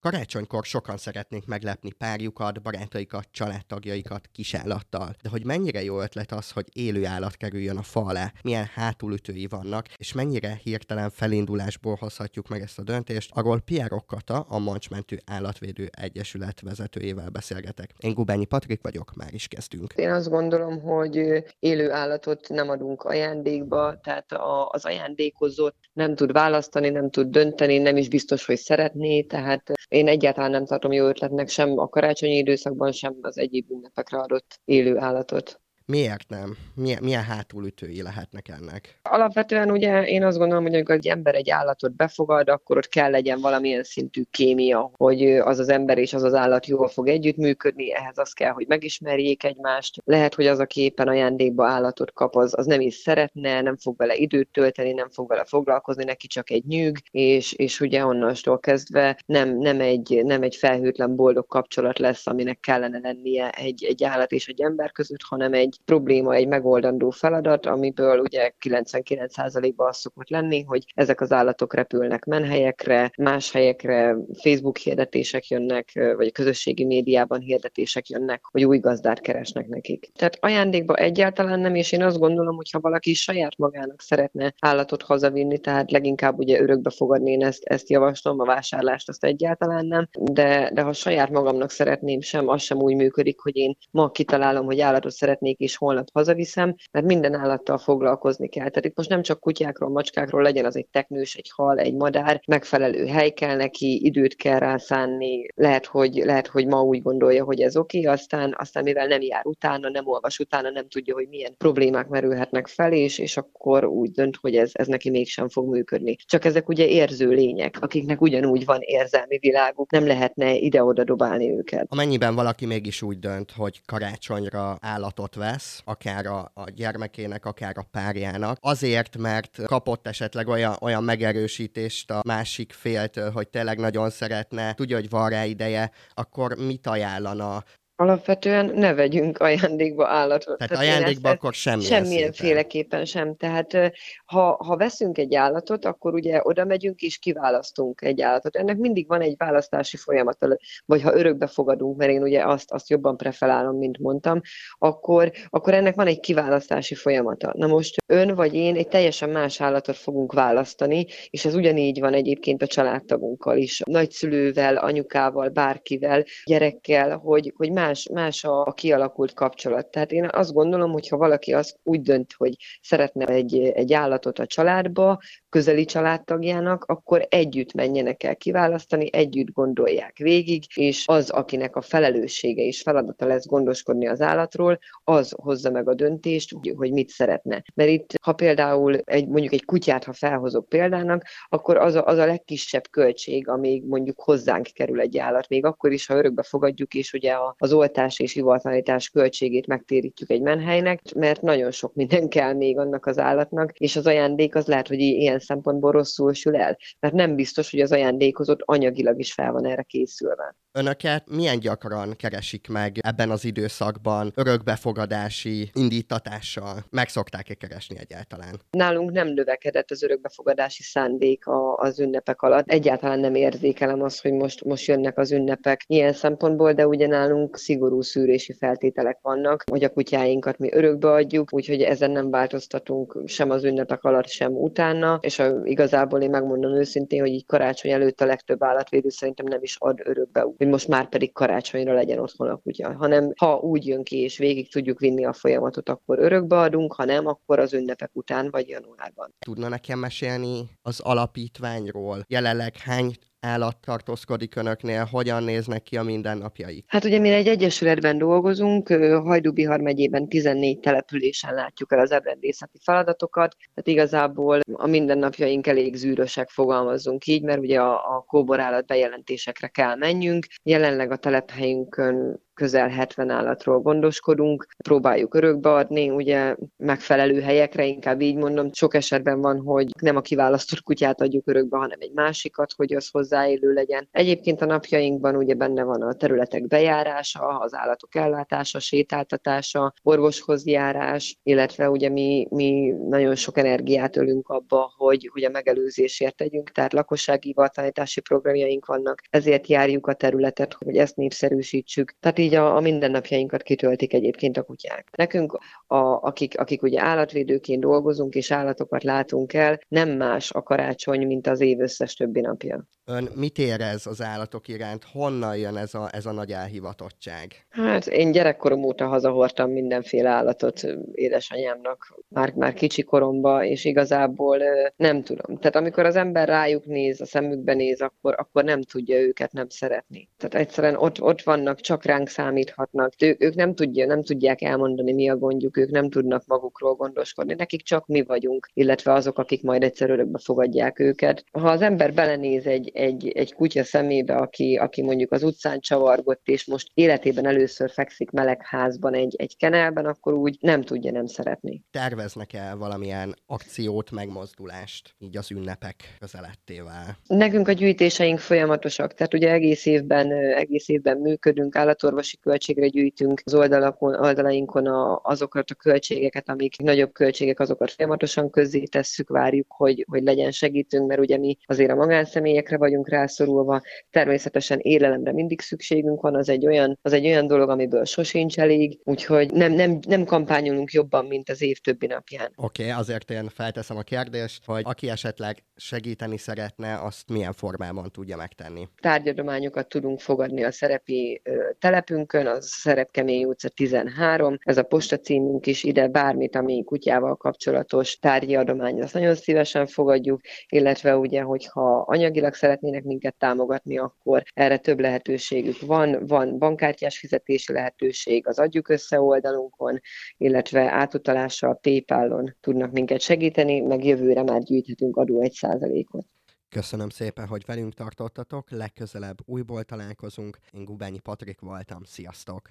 Karácsonykor sokan szeretnék meglepni párjukat, barátaikat, családtagjaikat kisállattal. De hogy mennyire jó ötlet az, hogy élő állat kerüljön a fa alá, milyen hátulütői vannak, és mennyire hirtelen felindulásból hozhatjuk meg ezt a döntést, arról Pierre Okkata, a Mancsmentő Állatvédő Egyesület vezetőjével beszélgetek. Én Gubányi Patrik vagyok, már is kezdünk. Én azt gondolom, hogy élő állatot nem adunk ajándékba, tehát az ajándékozott nem tud választani, nem tud dönteni, nem is biztos, hogy szeretné, tehát én egyáltalán nem tartom jó ötletnek sem a karácsonyi időszakban, sem az egyéb ünnepekre adott élő állatot. Miért nem? Milyen hátulütői lehetnek ennek? Alapvetően ugye én azt gondolom, hogy amikor egy ember egy állatot befogad, akkor ott kell legyen valamilyen szintű kémia, hogy az az ember és az az állat jól fog együttműködni, ehhez az kell, hogy megismerjék egymást. Lehet, hogy az, aki éppen ajándékba állatot kap, az nem is szeretne, nem fog vele időt tölteni, nem fog vele foglalkozni, neki csak egy nyűg, és ugye onnantól kezdve nem egy felhőtlen boldog kapcsolat lesz, aminek kellene lennie egy állat és egy ember között, hanem egy probléma, egy megoldandó feladat, amiből ugye 99%-ban az szokott lenni, hogy ezek az állatok repülnek menhelyekre, más helyekre, Facebook hirdetések jönnek, vagy a közösségi médiában hirdetések jönnek, hogy új gazdát keresnek nekik. Tehát ajándékba egyáltalán nem, és én azt gondolom, hogy ha valaki saját magának szeretne állatot hazavinni, tehát leginkább ugye örökbe fogadni, én ezt javaslom, a vásárlást azt egyáltalán nem, de ha saját magamnak szeretném sem, az sem úgy működik, hogy én ma kitalálom, hogy állatot szeretnék, és holnap hazaviszem, mert minden állattal foglalkozni kell. Tehát itt most nem csak kutyákról, macskákról, legyen az egy teknős, egy hal, egy madár, megfelelő hely kell neki, időt kell rá szánni, lehet, hogy ma úgy gondolja, hogy ez oké, aztán mivel nem jár utána, nem olvas utána, nem tudja, hogy milyen problémák merülhetnek fel, és akkor úgy dönt, hogy ez neki mégsem fog működni. Csak ezek ugye érző lények, akiknek ugyanúgy van érzelmi világuk, nem lehetne ide-oda dobálni őket. Amennyiben valaki mégis úgy dönt, hogy karácsonyra állatot vesz, akár a gyermekének, akár a párjának, azért, mert kapott esetleg olyan megerősítést a másik féltől, hogy tényleg nagyon szeretne, tudja, hogy van rá ideje, akkor mit ajánlana? Alapvetően ne vegyünk ajándékba állatot. Tehát ajándékba akkor semmilyenféleképpen sem. Tehát ha veszünk egy állatot, akkor ugye oda megyünk és kiválasztunk egy állatot. Ennek mindig van egy választási folyamata, vagy ha örökbe fogadunk, mert én ugye azt jobban preferálom, mint mondtam, akkor ennek van egy kiválasztási folyamata. Na most ön vagy én egy teljesen más állatot fogunk választani, és ez ugyanígy van egyébként a családtagunkkal is. Nagyszülővel, anyukával, bárkivel, gyerekkel, hogy más a kialakult kapcsolat. Tehát én azt gondolom, hogy ha valaki azt úgy dönt, hogy szeretne egy állatot a családba, közeli családtagjának, akkor együtt menjenek el kiválasztani, együtt gondolják végig, és az, akinek a felelőssége és feladata lesz gondoskodni az állatról, az hozza meg a döntést, hogy mit szeretne. Mert itt, ha például mondjuk egy kutyát, ha felhozok példának, akkor az a legkisebb költség, amíg mondjuk hozzánk kerül egy állat, még akkor is, ha örökbe fogadjuk, és ugye az oltás és hivatalítás költségét megtérítjük egy menhelynek, mert nagyon sok minden kell még annak az állatnak, és az ajándék az lehet, hogy ilyen szempontból rosszul sül el, mert nem biztos, hogy az ajándékozott anyagilag is fel van erre készülve. Önöket milyen gyakran keresik meg ebben az időszakban örökbefogadási indítatással? Meg szokták-e keresni egyáltalán? Nálunk nem növekedett az örökbefogadási szándék az ünnepek alatt. Egyáltalán nem érzékelem azt, hogy most jönnek az ünnepek ilyen szempontból, de ugye nálunk szigorú szűrési feltételek vannak, hogy a kutyáinkat mi örökbe adjuk, úgyhogy ezen nem változtatunk sem az ünnepek alatt, sem utána, és igazából én megmondom őszintén, hogy így karácsony előtt a legtöbb állatvédő szerintem nem is ad örökbe, hogy most már pedig karácsonyra legyen otthon a kutya, hanem ha úgy jön ki és végig tudjuk vinni a folyamatot, akkor örökbe adunk, ha nem, akkor az ünnepek után vagy januárban. Tudna nekem mesélni az alapítványról? Jelenleg hány állat tartózkodik önöknél, hogyan néznek ki a mindennapjaik? Hát ugye mi egy egyesületben dolgozunk, Hajdú-Bihar megyében 14 településen látjuk el az ebrendészeti feladatokat, tehát igazából a mindennapjaink elég zűrösek, fogalmazzunk így, mert ugye a kóborállat bejelentésekre kell menjünk. Jelenleg a telephelyünkön közel 70 állatról gondoskodunk, próbáljuk örökbe adni, ugye megfelelő helyekre, inkább így mondom. Sok esetben van, hogy nem a kiválasztott kutyát adjuk örökbe, hanem egy másikat, hogy az hozzáillő legyen. Egyébként a napjainkban ugye benne van a területek bejárása, az állatok ellátása, sétáltatása, orvoshoz járás, illetve ugye mi nagyon sok energiát ölünk abba, hogy a megelőzésért tegyünk, tehát lakossági hivatalítási programjaink vannak, ezért járjuk a területet, hogy ezt népszerűsítsük. Tehát így a mindennapjainkat kitöltik egyébként a kutyák. Nekünk, akik ugye állatvédőként dolgozunk és állatokat látunk el, nem más a karácsony, mint az év összes többi napja. Ön mit érez az állatok iránt? Honnan jön ez a nagy elhivatottság? Hát én gyerekkorom óta hazahordtam mindenféle állatot édesanyámnak, már kicsi koromban, és igazából nem tudom. Tehát amikor az ember rájuk néz, a szemükbe néz, akkor nem tudja őket nem szeretni. Tehát egyszerűen ott vannak, csak ránk számíthatnak. Ők nem tudják elmondani, mi a gondjuk, ők nem tudnak magukról gondoskodni. Nekik csak mi vagyunk, illetve azok, akik majd egyszer örökbe fogadják őket. Ha az ember belenéz egy kutya szemébe, aki mondjuk az utcán csavargott, és most életében először fekszik meleg házban egy kenelben, akkor úgy nem tudja nem szeretni. Terveznek-e valamilyen akciót, megmozdulást így az ünnepek közelettével? Nekünk a gyűjtéseink folyamatosak, tehát ugye egész évben működünk, állatorvosi költségre gyűjtünk az oldalainkon azokat a költségeket, amik nagyobb költségek, azokat folyamatosan közzé tesszük, várjuk, hogy legyen segítünk, mert ugye mi azért a magánszemélyekre vagyunk rászorulva, természetesen élelemre mindig szükségünk van, az egy olyan dolog, amiből sosincs elég, úgyhogy nem kampányolunk jobban, mint az év többi napján. Oké, azért én felteszem a kérdést, hogy aki esetleg segíteni szeretne, azt milyen formában tudja megtenni? Tárgyadományokat tudunk fogadni a szerepi telepünkön, az Szerepkemény utca 13, ez a postacímünk is, ide bármit, ami kutyával kapcsolatos tárgyi adomány, azt nagyon szívesen fogadjuk, illetve ugye, hogyha anyagilag szeretnének minket támogatni, akkor erre több lehetőségük van bankkártyás fizetési lehetőség az Adjuk Össze oldalunkon, illetve átutalással PayPal-on tudnak minket segíteni, meg jövőre már gyűjthetünk adó 1%-ot. Köszönöm szépen, hogy velünk tartottatok, legközelebb újból találkozunk. Én Gubányi Patrik voltam, sziasztok!